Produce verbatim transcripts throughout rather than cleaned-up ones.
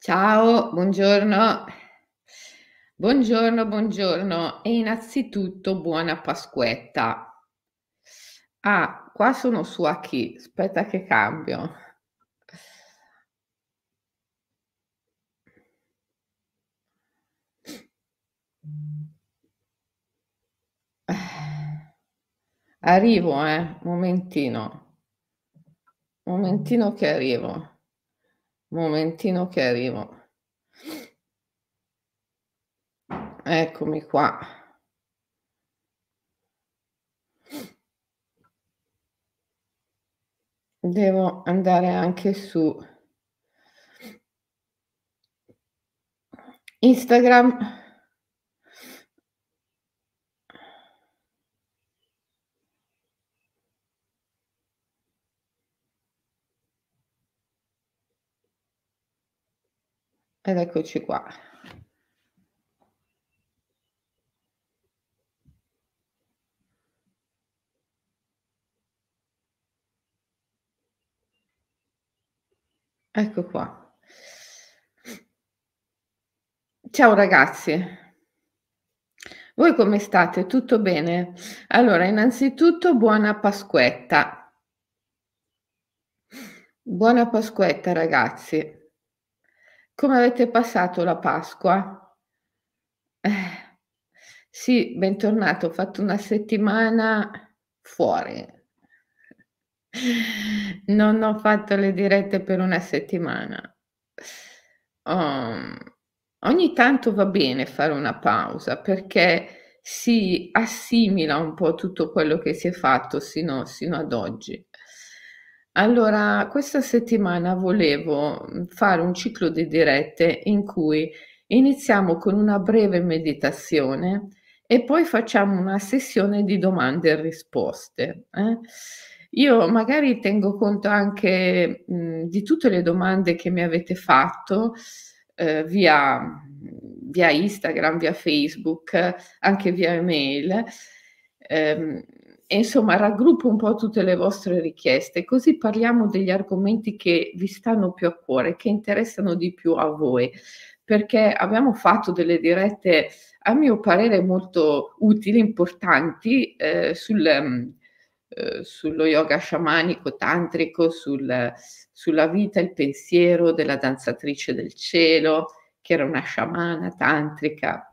Ciao, buongiorno. Buongiorno, buongiorno e innanzitutto buona Pasquetta. Ah, qua sono su a chi, aspetta che cambio. Eh, Arrivo, eh, momentino, momentino che arrivo, momentino che arrivo. Eccomi qua. Devo andare anche su Instagram. Ed eccoci qua. Ecco qua. Ciao ragazzi. Voi come state? Tutto bene? Allora, innanzitutto buona Pasquetta. Buona Pasquetta ragazzi. Come avete passato la Pasqua? Eh, sì, bentornato. Ho fatto una settimana fuori. Non ho fatto le dirette per una settimana. Uhm, Ogni tanto va bene fare una pausa perché si assimila un po' tutto quello che si è fatto sino sino ad oggi. Allora, questa settimana volevo, mhmm, fare un ciclo di dirette in cui iniziamo con una breve meditazione e poi facciamo una sessione di domande e risposte, eh. Io magari tengo conto anche, mhmm, di tutte le domande che mi avete fatto, ehm, via mhmm, via Instagram, via Facebook, anche via email, ehm, e insomma raggruppo un po' tutte le vostre richieste, così parliamo degli argomenti che vi stanno più a cuore, che interessano di più a voi, perché abbiamo fatto delle dirette, a mio parere molto utili, importanti, ehm, sul mhmm, uhm, sullo yoga sciamanico tantrico, sul sulla vita e il pensiero della danzatrice del cielo, che era una sciamana tantrica.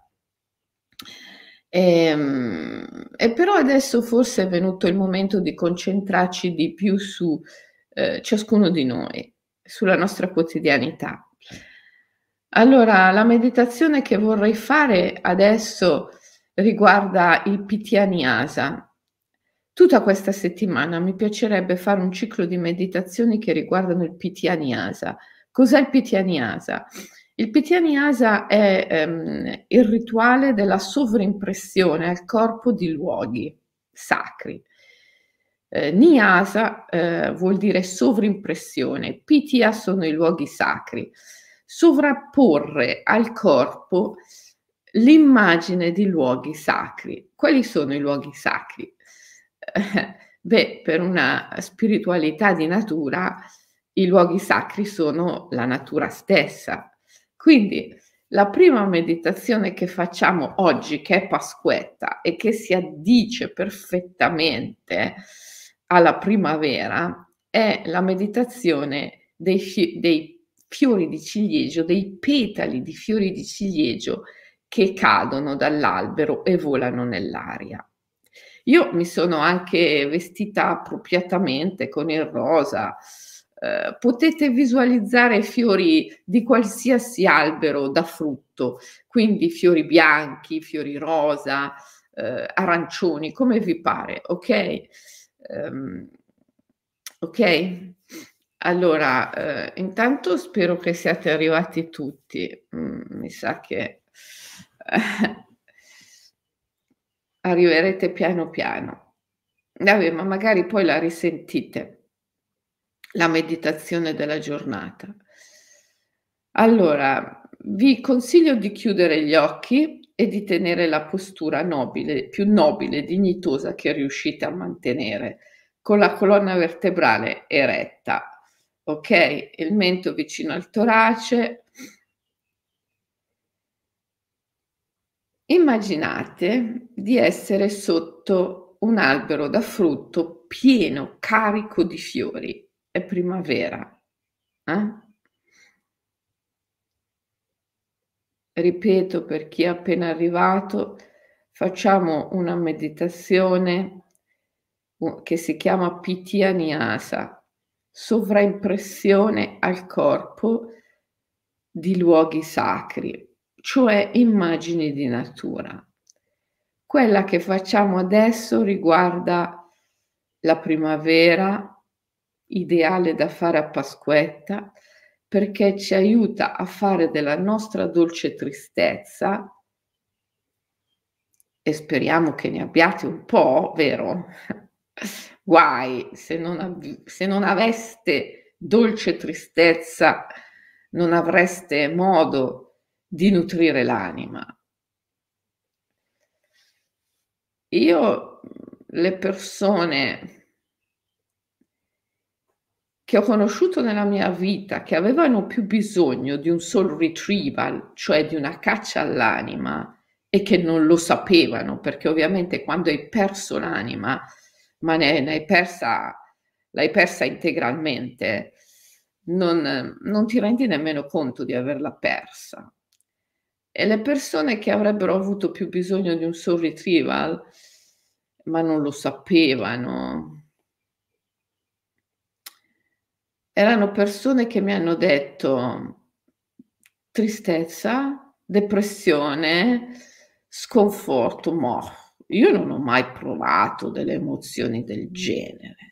Ehm, e però adesso forse è venuto il momento di concentrarci di più su, ehm, ciascuno di noi, sulla nostra quotidianità. Allora, la meditazione che vorrei fare adesso riguarda il Pitya Nyasa. Tutta questa settimana mi piacerebbe fare un ciclo di meditazioni che riguardano il Pitya Nyasa. Cos'è il Pitya Nyasa? Il Pitya Nyasa è, ehm, il rituale della sovrimpressione al corpo di luoghi sacri. Ehm, Nyasa, ehm, vuol dire sovrimpressione, Pitya sono i luoghi sacri. Sovrapporre al corpo l'immagine di luoghi sacri. Quali sono i luoghi sacri? Eh, beh, per una spiritualità di natura, i luoghi sacri sono la natura stessa. Quindi la prima meditazione che facciamo oggi, che è Pasquetta e che si addice perfettamente alla primavera, è la meditazione dei fi dei fiori di ciliegio, dei petali di fiori di ciliegio che cadono dall'albero e volano nell'aria. Io mi sono anche vestita appropriatamente con il rosa. Ehm, potete visualizzare fiori di qualsiasi albero da frutto, quindi fiori bianchi, fiori rosa, ehm, arancioni, come vi pare, okay? Ehm, okay? Allora, ehm, intanto spero che siate arrivati tutti. Mhmm, mi sa che arriverete piano piano. Vabbè, ma magari poi la risentite, la meditazione della giornata. Allora, vi consiglio di chiudere gli occhi e di tenere la postura nobile, più nobile e dignitosa che riuscite a mantenere, con la colonna vertebrale eretta, okay, il mento vicino al torace, Immaginate di essere sotto un albero da frutto pieno, carico di fiori. È primavera, eh? Ripeto per chi è appena arrivato, facciamo una meditazione u che si chiama Pitya Nyasa, sovraimpressione al corpo di luoghi sacri, cioè immagini di natura. Quella che facciamo adesso riguarda la primavera, ideale da fare a Pasquetta, perché ci aiuta a fare della nostra dolce tristezza, e speriamo che ne abbiate un po', vero? Guai se non av se non aveste dolce tristezza, non avreste modo di nutrire l'anima. Io, mhmm, le persone che ho conosciuto nella mia vita, che avevano più bisogno di un soul retrieval, cioè di una caccia all'anima, e che non lo sapevano, perché ovviamente quando hai perso l'anima, ma ne ne hai persa l'hai persa integralmente, non non ti rendi nemmeno conto di averla persa. E le persone che avrebbero avuto più bisogno di un soul retrieval, ma non lo sapevano, erano persone che mi hanno detto: "Tristezza, depressione, sconforto". Mah, io non ho mai provato delle emozioni del genere.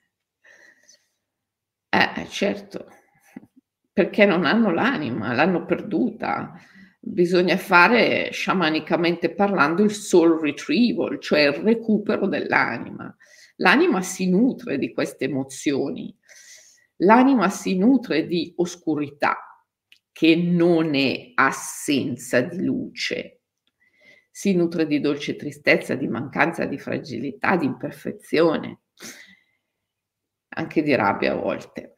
Eh, eh, certo, perché non hanno l'anima, l'hanno perduta. Bisogna fare, sciamanicamente parlando, il soul retrieval, cioè il recupero dell'anima. L'anima si nutre di queste emozioni. L'anima si nutre di oscurità, che non è assenza di luce. Si nutre di dolce tristezza, di mancanza, di fragilità, di imperfezione, anche di rabbia a volte.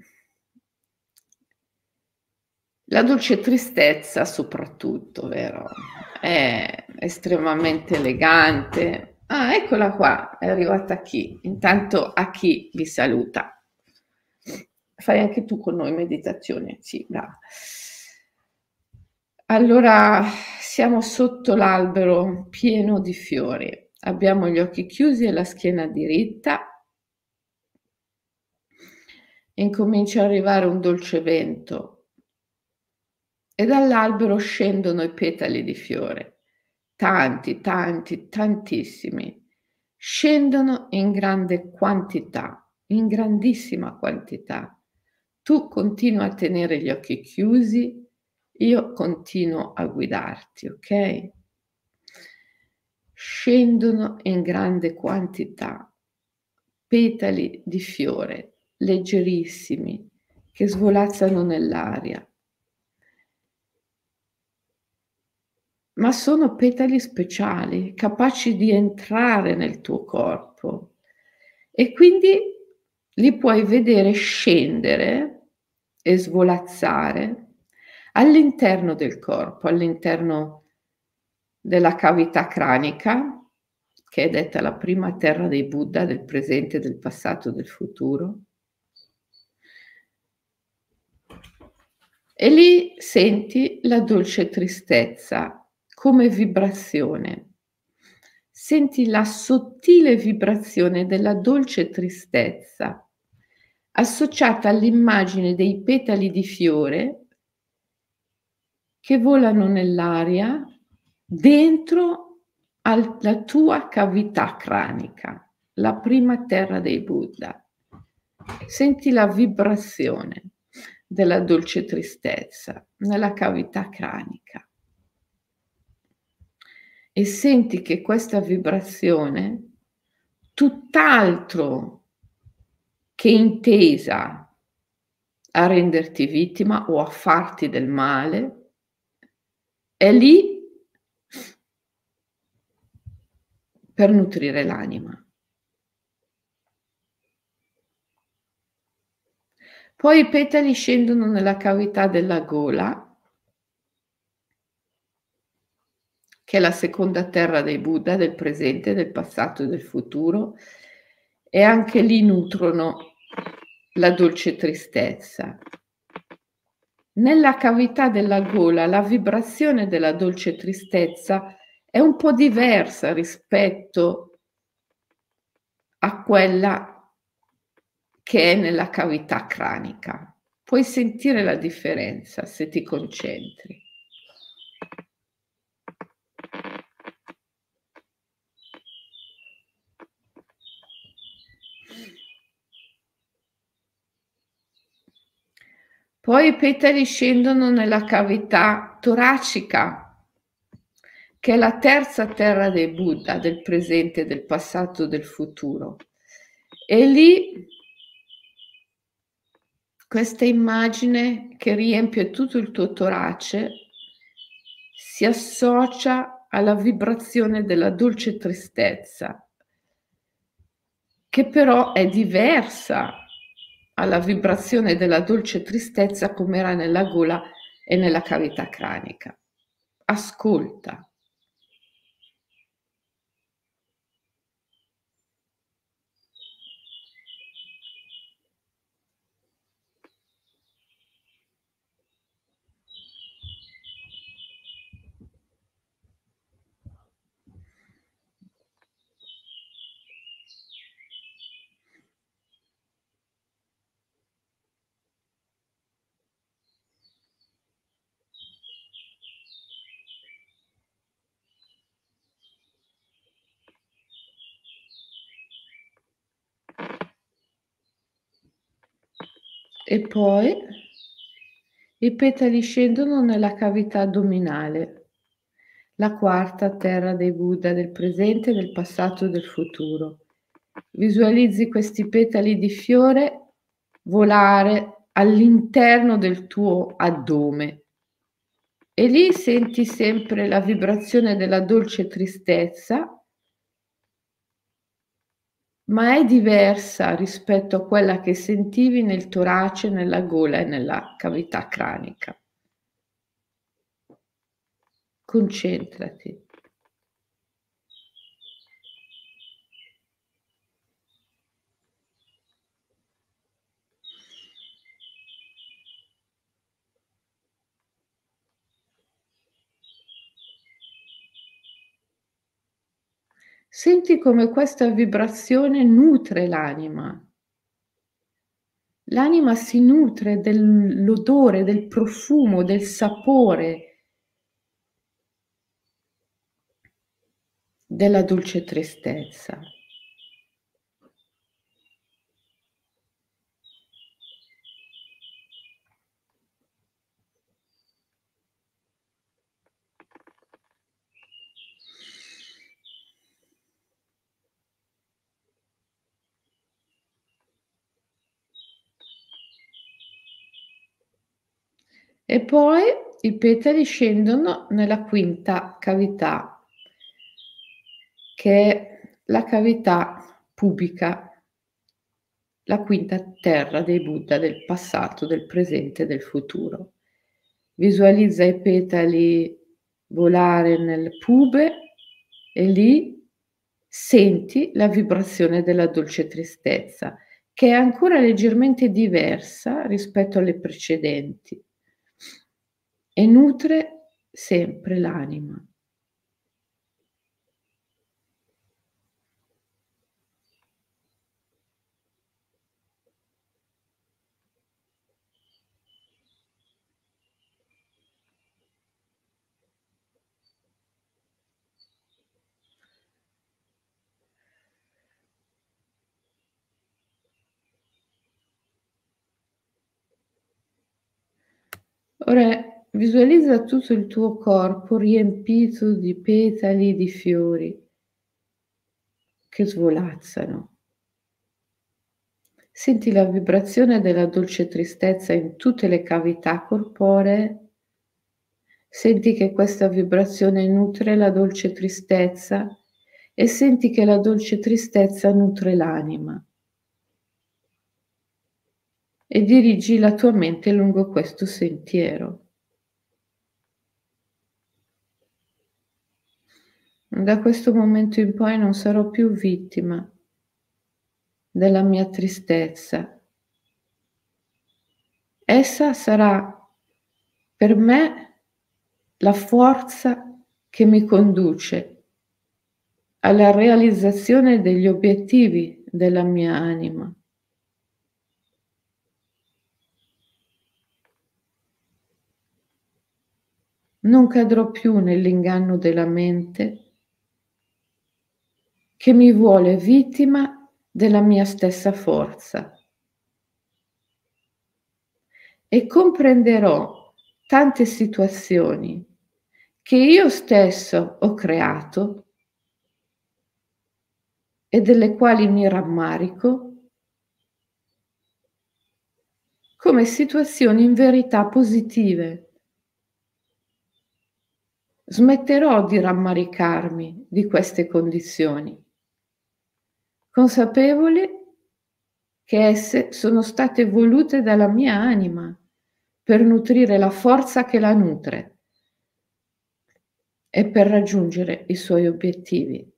La dolce tristezza soprattutto, vero, è estremamente elegante. Ah, eccola qua, è arrivata Chi. Intanto Aki vi saluta. Fai anche tu con noi meditazione? Sì, brava. Allora, siamo sotto l'albero pieno di fiori. Abbiamo gli occhi chiusi e la schiena diritta. Incomincia a arrivare un dolce vento e dall'albero scendono i petali di fiore. Tanti, tanti, tantissimi. Scendono in grande quantità, in grandissima quantità. Tu continua a tenere gli occhi chiusi, io continuo a guidarti, okay? Scendono in grande quantità, petali di fiore leggerissimi che svolazzano nell'aria. Ma sono petali speciali, capaci di entrare nel tuo corpo e quindi li puoi vedere scendere e svolazzare all'interno del corpo, all'interno della cavità cranica, che è detta la prima terra dei Buddha, del presente, del passato, del futuro. E lì senti la dolce tristezza come vibrazione. Senti la sottile vibrazione della dolce tristezza, associata all'immagine dei petali di fiore che volano nell'aria dentro al la tua cavità cranica, la prima terra dei Buddha. Senti la vibrazione della dolce tristezza nella cavità cranica e senti che questa vibrazione, tutt'altro che intesa a renderti vittima o a farti del male, è lì per nutrire l'anima. Poi i petali scendono nella cavità della gola che è la seconda terra dei Buddha, del presente, del passato e del futuro, e anche lì nutrono la dolce tristezza. Nella cavità della gola la vibrazione della dolce tristezza è un po' diversa rispetto a quella che è nella cavità cranica. Puoi sentire la differenza se ti concentri. Poi i petali scendono nella cavità toracica, che è la terza terra dei Buddha, del presente, del passato, del futuro. E lì questa immagine che riempie tutto il tuo torace si associa alla vibrazione della dolce tristezza, che però è diversa alla vibrazione della dolce tristezza come era nella gola e nella cavità cranica. Ascolta. E poi i petali scendono nella cavità addominale, la quarta terra dei Buddha, del presente, del passato e del futuro. Visualizzi questi petali di fiore volare all'interno del tuo addome e lì senti sempre la vibrazione della dolce tristezza, ma è diversa rispetto a quella che sentivi nel torace, nella gola e nella cavità cranica. Concentrati. Senti come questa vibrazione nutre l'anima. L'anima si nutre dell'odore, del profumo, del sapore della dolce tristezza. E poi i petali scendono nella quinta cavità, che è la cavità pubica, la quinta terra dei Buddha, del passato, del presente e del futuro. Visualizza i petali volare nel pube e lì senti la vibrazione della dolce tristezza, che è ancora leggermente diversa rispetto alle precedenti e nutre sempre l'anima. Ora visualizza tutto il tuo corpo riempito di petali di fiori che svolazzano. Senti la vibrazione della dolce tristezza in tutte le cavità corporee. Senti che questa vibrazione nutre la dolce tristezza e senti che la dolce tristezza nutre l'anima. E dirigi la tua mente lungo questo sentiero. Da questo momento in poi non sarò più vittima della mia tristezza. Essa sarà per me la forza che mi conduce alla realizzazione degli obiettivi della mia anima. Non cadrò più nell'inganno della mente che mi vuole vittima della mia stessa forza. E comprenderò tante situazioni che io stesso ho creato e delle quali mi rammarico come situazioni in verità positive. Smetterò di rammaricarmi di queste condizioni, consapevole che esse sono state volute dalla mia anima per nutrire la forza che la nutre e per raggiungere i suoi obiettivi,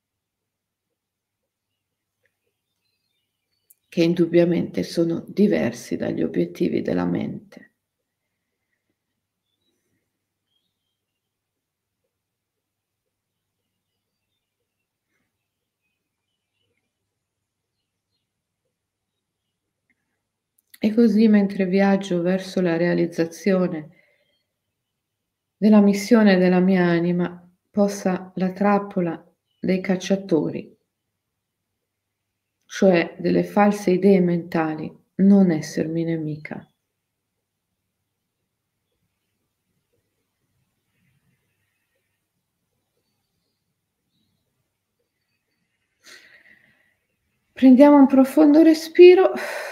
che indubbiamente sono diversi dagli obiettivi della mente. E così, mentre viaggio verso la realizzazione della missione della mia anima, possa la trappola dei cacciatori, cioè delle false idee mentali, non essermi nemica. Prendiamo un profondo respiro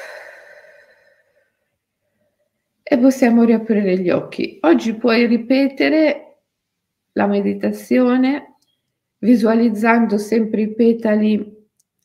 e possiamo riaprire gli occhi. Oggi puoi ripetere la meditazione visualizzando sempre i petali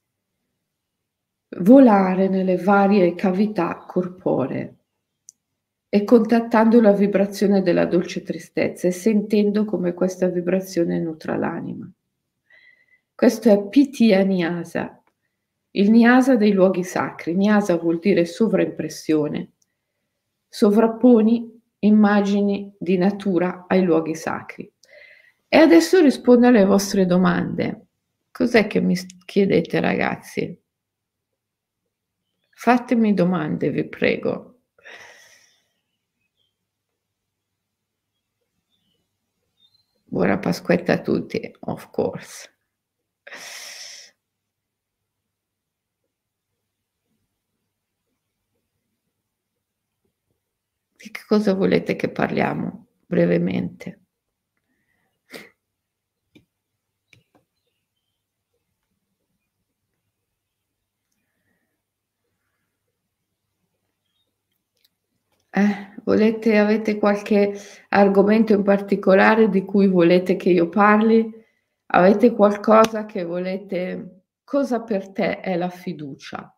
volare nelle varie cavità corporee e contattando la vibrazione della dolce tristezza e sentendo come questa vibrazione nutra l'anima. Questo è Pitya Nyasa, il Nyasa dei luoghi sacri. Nyasa vuol dire sovraimpressione. Sovrapponi immagini di natura ai luoghi sacri. E adesso rispondo alle vostre domande. Cos'è che mi chiedete, ragazzi? Fatemi domande, vi prego. Buona Pasquetta a tutti, of course. Di che cosa volete che parliamo brevemente? Eh, volete avete qualche argomento in particolare di cui volete che io parli? Avete qualcosa che volete cosa per te è la fiducia?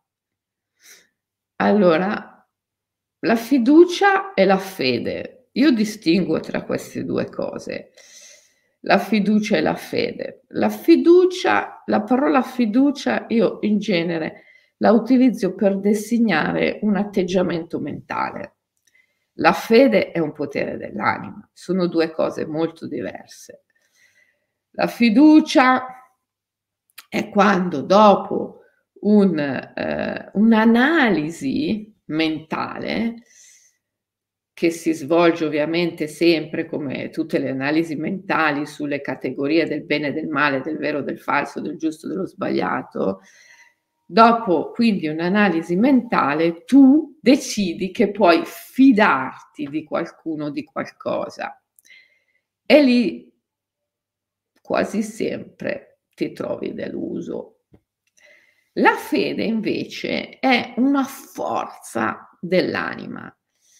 Allora, la fiducia e la fede. Io distinguo tra queste due cose, la fiducia e la fede. La fiducia la parola fiducia io in genere la utilizzo per designare un atteggiamento mentale. La fede è un potere dell'anima, sono due cose molto diverse. La fiducia è quando dopo un ehm, un'analisi mentale, che si svolge ovviamente sempre come tutte le analisi mentali sulle categorie del bene e del male, del vero, del falso, del giusto, dello sbagliato, dopo quindi un'analisi mentale tu decidi che puoi fidarti di qualcuno o di qualcosa. E lì quasi sempre ti trovi deluso. La fede invece è una forza dell'anima.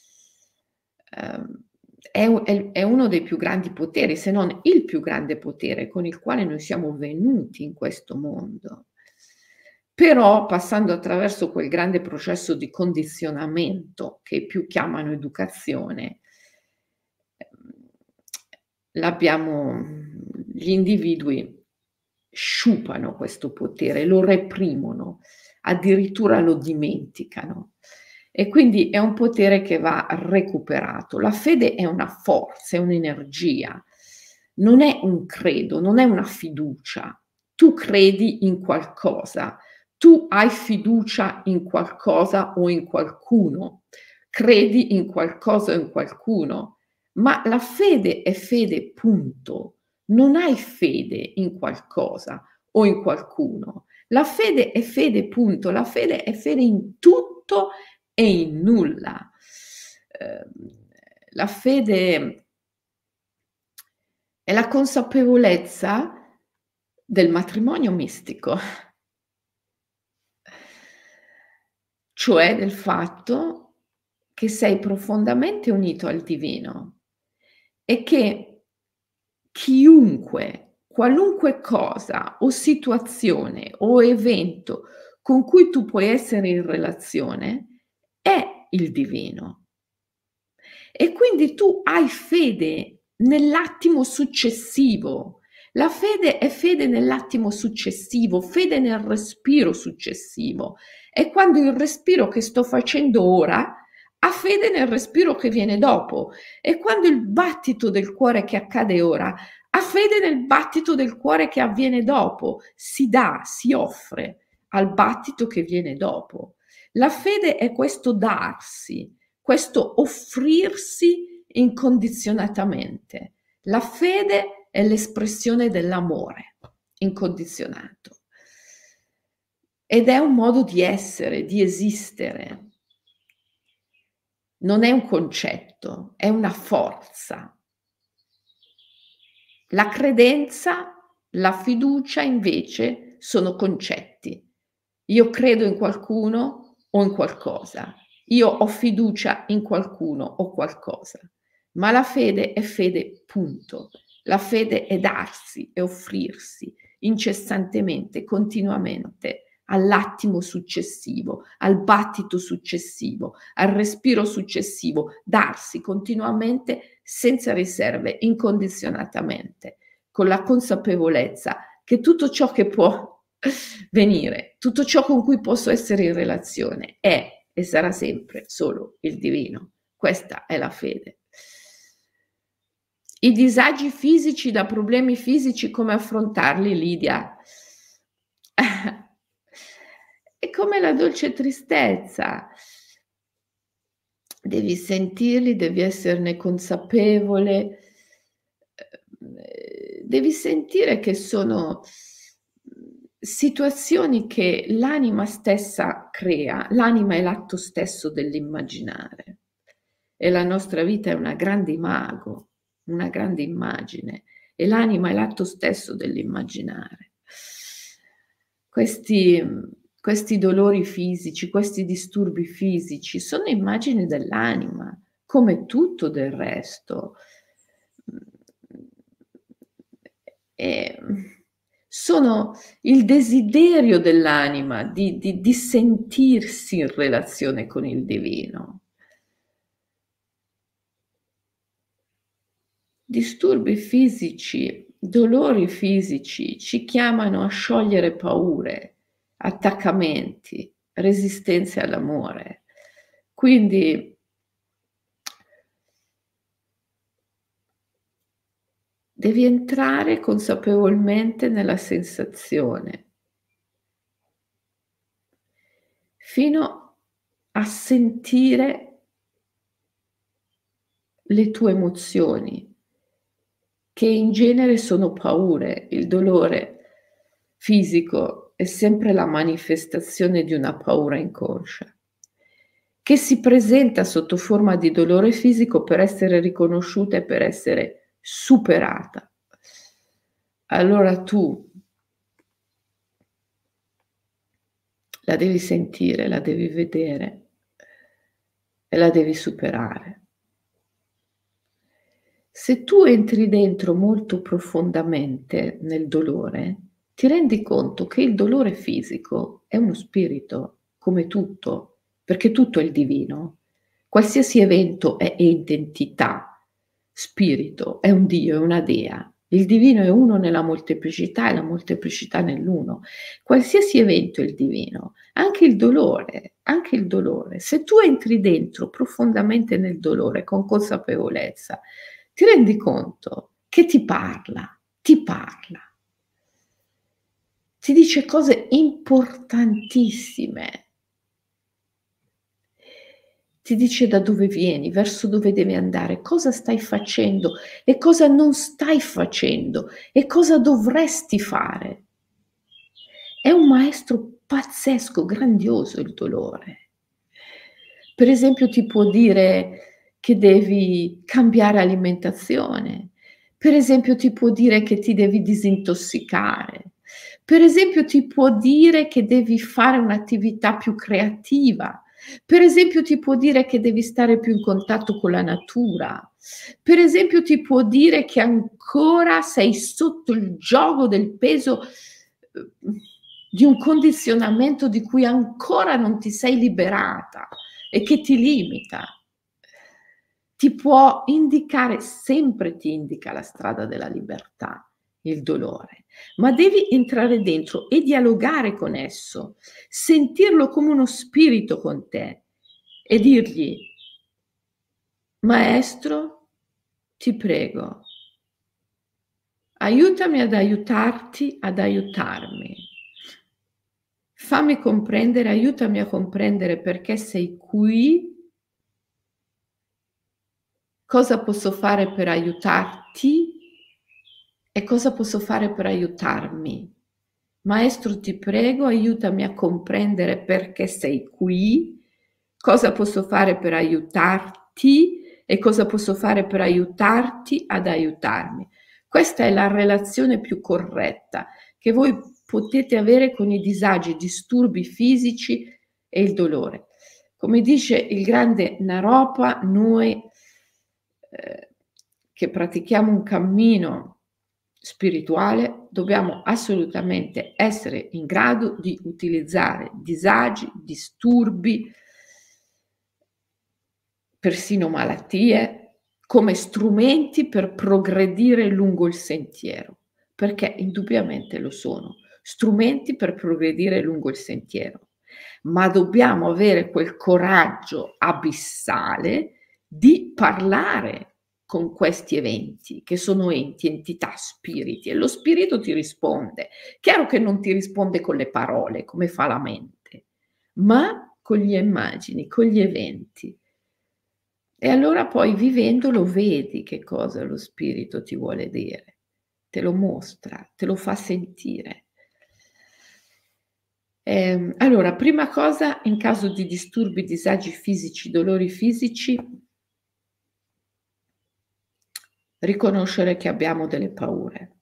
Ehm, è u è è uno dei più grandi poteri, se non il più grande potere con il quale noi siamo venuti in questo mondo. Però passando attraverso quel grande processo di condizionamento che più chiamano educazione, ehm, l'abbiamo gli individui sciupano questo potere, lo reprimono, addirittura lo dimenticano. E quindi è un potere che va recuperato. La fede è una forza, è un'energia, non è un credo, non è una fiducia. Tu credi in qualcosa, tu hai fiducia in qualcosa o in qualcuno, credi in qualcosa o in qualcuno, ma la fede è fede, punto. Non hai fede in qualcosa o in qualcuno. La fede è fede, punto. La fede è fede in tutto e in nulla. Eh, la fede è la consapevolezza del matrimonio mistico, cioè del fatto che sei profondamente unito al divino e che chiunque, qualunque cosa o situazione o evento con cui tu puoi essere in relazione è il divino. E quindi tu hai fede nell'attimo successivo. La fede è fede nell'attimo successivo, fede nel respiro successivo. È quando il respiro che sto facendo ora ha fede nel respiro che viene dopo. E quando il battito del cuore che accade ora ha fede nel battito del cuore che avviene dopo. Si dà, si offre al battito che viene dopo. La fede è questo darsi, questo offrirsi incondizionatamente. La fede è l'espressione dell'amore incondizionato ed è un modo di essere, di esistere. Non è un concetto, è una forza. La credenza, la fiducia invece sono concetti. Io credo in qualcuno o in qualcosa. Io ho fiducia in qualcuno o qualcosa, ma la fede è fede, punto. La fede è darsi, è offrirsi incessantemente, continuamente, all'attimo successivo, al battito successivo, al respiro successivo, darsi continuamente, senza riserve, incondizionatamente, con la consapevolezza che tutto ciò che può venire, tutto ciò con cui posso essere in relazione è e sarà sempre solo il divino. Questa è la fede. I disagi fisici da problemi fisici, come affrontarli, Lidia? È come la dolce tristezza. Devi sentirli, devi esserne consapevole, ehm, devi sentire che sono situazioni che l'anima stessa crea. L'anima è l'atto stesso dell'immaginare e la nostra vita è una grande imago, una grande immagine e l'anima è l'atto stesso dell'immaginare. Questi, questi dolori fisici, questi disturbi fisici sono immagini dell'anima, come tutto del resto. E sono il desiderio dell'anima di, di, di sentirsi in relazione con il divino. Disturbi fisici, dolori fisici ci chiamano a sciogliere paure, attaccamenti, resistenze all'amore. Quindi devi entrare consapevolmente nella sensazione fino a sentire le tue emozioni, che in genere sono paure. Il dolore fisico è sempre la manifestazione di una paura inconscia, che si presenta sotto forma di dolore fisico per essere riconosciuta e per essere superata. Allora tu la devi sentire, la devi vedere e la devi superare. Se tu entri dentro molto profondamente nel dolore, ti rendi conto che il dolore fisico è uno spirito, come tutto, perché tutto è il divino. Qualsiasi evento è identità, spirito, è un Dio, è una dea. Il divino è uno nella molteplicità e la molteplicità nell'uno. Qualsiasi evento è il divino, anche il dolore, anche il dolore. Se tu entri dentro profondamente nel dolore con consapevolezza, ti rendi conto che ti parla, ti parla. Ti dice cose importantissime. Ti dice da dove vieni, verso dove devi andare, cosa stai facendo e cosa non stai facendo e cosa dovresti fare. È un maestro pazzesco, grandioso il dolore. Per esempio ti può dire che devi cambiare alimentazione, per esempio ti può dire che ti devi disintossicare, per esempio ti può dire che devi fare un'attività più creativa, per esempio ti può dire che devi stare più in contatto con la natura, per esempio ti può dire che ancora sei sotto il giogo del peso, uhm, di un condizionamento di cui ancora non ti sei liberata e che ti limita. Ti può indicare, sempre ti indica la strada della libertà, il dolore, ma devi entrare dentro e dialogare con esso, sentirlo come uno spirito con te e dirgli: "Maestro, ti prego, aiutami ad aiutarti ad aiutarmi. Fammi comprendere, aiutami a comprendere perché sei qui. Cosa posso fare per aiutarti e cosa posso fare per aiutarmi. Maestro, ti prego, aiutami a comprendere perché sei qui, cosa posso fare per aiutarti e cosa posso fare per aiutarti ad aiutarmi." Questa è la relazione più corretta che voi potete avere con i disagi, i disturbi fisici e il dolore. Come dice il grande Naropa, noi ehm, che pratichiamo un cammino spirituale, dobbiamo assolutamente essere in grado di utilizzare disagi, disturbi, persino malattie, come strumenti per progredire lungo il sentiero, perché indubbiamente lo sono, strumenti per progredire lungo il sentiero. Ma dobbiamo avere quel coraggio abissale di parlare con questi eventi, che sono enti, entità, spiriti, e lo spirito ti risponde. Chiaro che non ti risponde con le parole, come fa la mente, ma con gli immagini, con gli eventi. E allora poi vivendolo vedi che cosa lo spirito ti vuole dire, te lo mostra, te lo fa sentire. Ehm, allora, prima cosa, in caso di disturbi, disagi fisici, dolori fisici, riconoscere che abbiamo delle paure.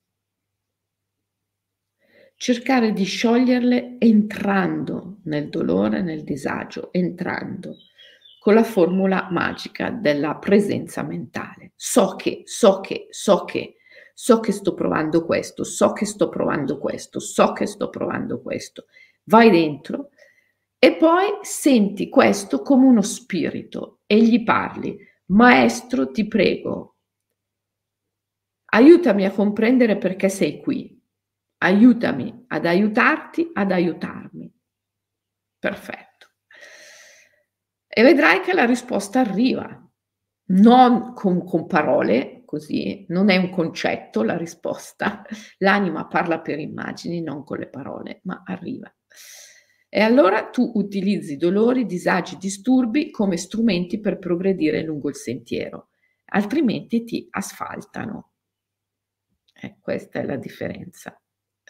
Cercare di scioglierle entrando nel dolore, nel disagio, entrando con la formula magica della presenza mentale. So che, so che, so che, so che sto provando questo, so che sto provando questo, so che sto provando questo. Vai dentro e poi senti questo come uno spirito e gli parli: "Maestro, ti prego, aiutami a comprendere perché sei qui. Aiutami ad aiutarti ad aiutarmi." Perfetto. E vedrai che la risposta arriva, non con con parole, così, non è un concetto la risposta. L'anima parla per immagini, non con le parole, ma arriva. E allora tu utilizzi dolori, disagi, disturbi come strumenti per progredire lungo il sentiero, altrimenti ti asfaltano. Eh, questa è la differenza.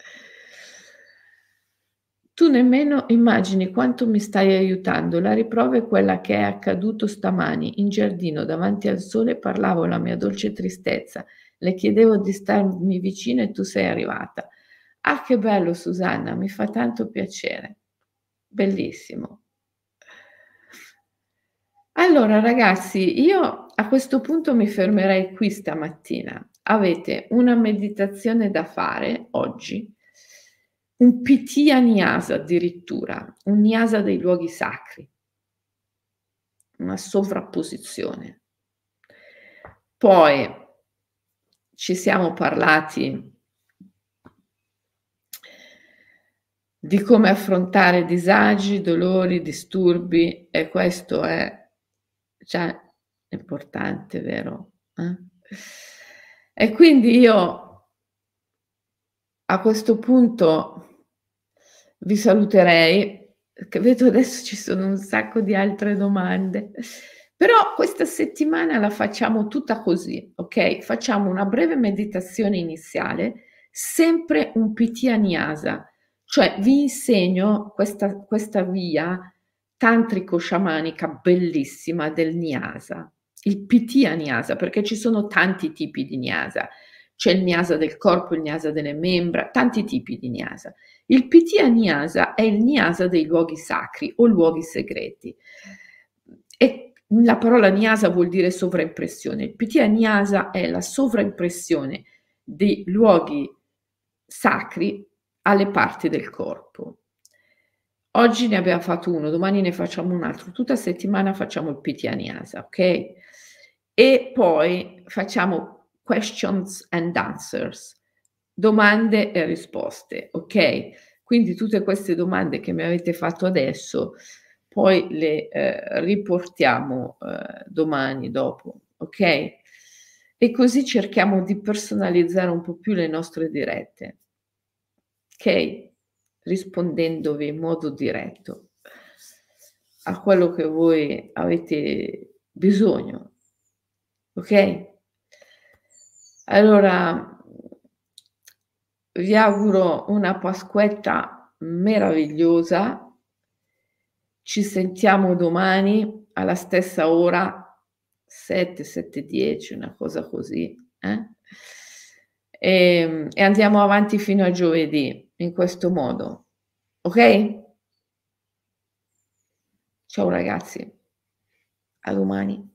Tu nemmeno immagini quanto mi stai aiutando. La riprova è quella che è accaduto stamani in giardino davanti al sole, parlavo la mia dolce tristezza, le chiedevo di starmi vicino e tu sei arrivata. Ah, che bello Susanna, mi fa tanto piacere. Bellissimo. Allora ragazzi, io a questo punto mi fermerei qui stamattina. Avete una meditazione da fare oggi, un Pitya Nyasa addirittura, un Nyasa dei luoghi sacri, una sovrapposizione. Poi ci siamo parlati di come affrontare disagi, dolori, disturbi e questo è già importante, vero? Eh? E quindi io a questo punto vi saluterei, che vedo adesso ci sono un sacco di altre domande, però questa settimana la facciamo tutta così, okay, facciamo una breve meditazione iniziale, sempre un P T a Nyasa, cioè vi insegno questa questa via tantrico-sciamanica bellissima del Nyasa, il P T a Nyasa, perché ci sono tanti tipi di Nyasa. C'è il Nyasa del corpo, il Nyasa delle membra, tanti tipi di Nyasa. Il P T a Nyasa è il Nyasa dei luoghi sacri o luoghi segreti. E la parola Nyasa vuol dire sovraimpressione. Il P T a Nyasa è la sovraimpressione dei luoghi sacri alle parti del corpo. Oggi ne abbiamo fatto uno, domani ne facciamo un altro, tutta settimana facciamo il P T a Nyasa, ok? E poi facciamo questions and answers, domande e risposte, ok? Quindi tutte queste domande che mi avete fatto adesso, poi le eh, riportiamo eh, domani, dopo, ok? E così cerchiamo di personalizzare un po' più le nostre dirette, ok? Rispondendovi in modo diretto a quello che voi avete bisogno, ok? Allora vi auguro una Pasquetta meravigliosa. Ci sentiamo domani alla stessa ora, sette, sette e dieci, una cosa così, eh? E, e andiamo avanti fino a giovedì in questo modo, ok? Ciao ragazzi, a domani.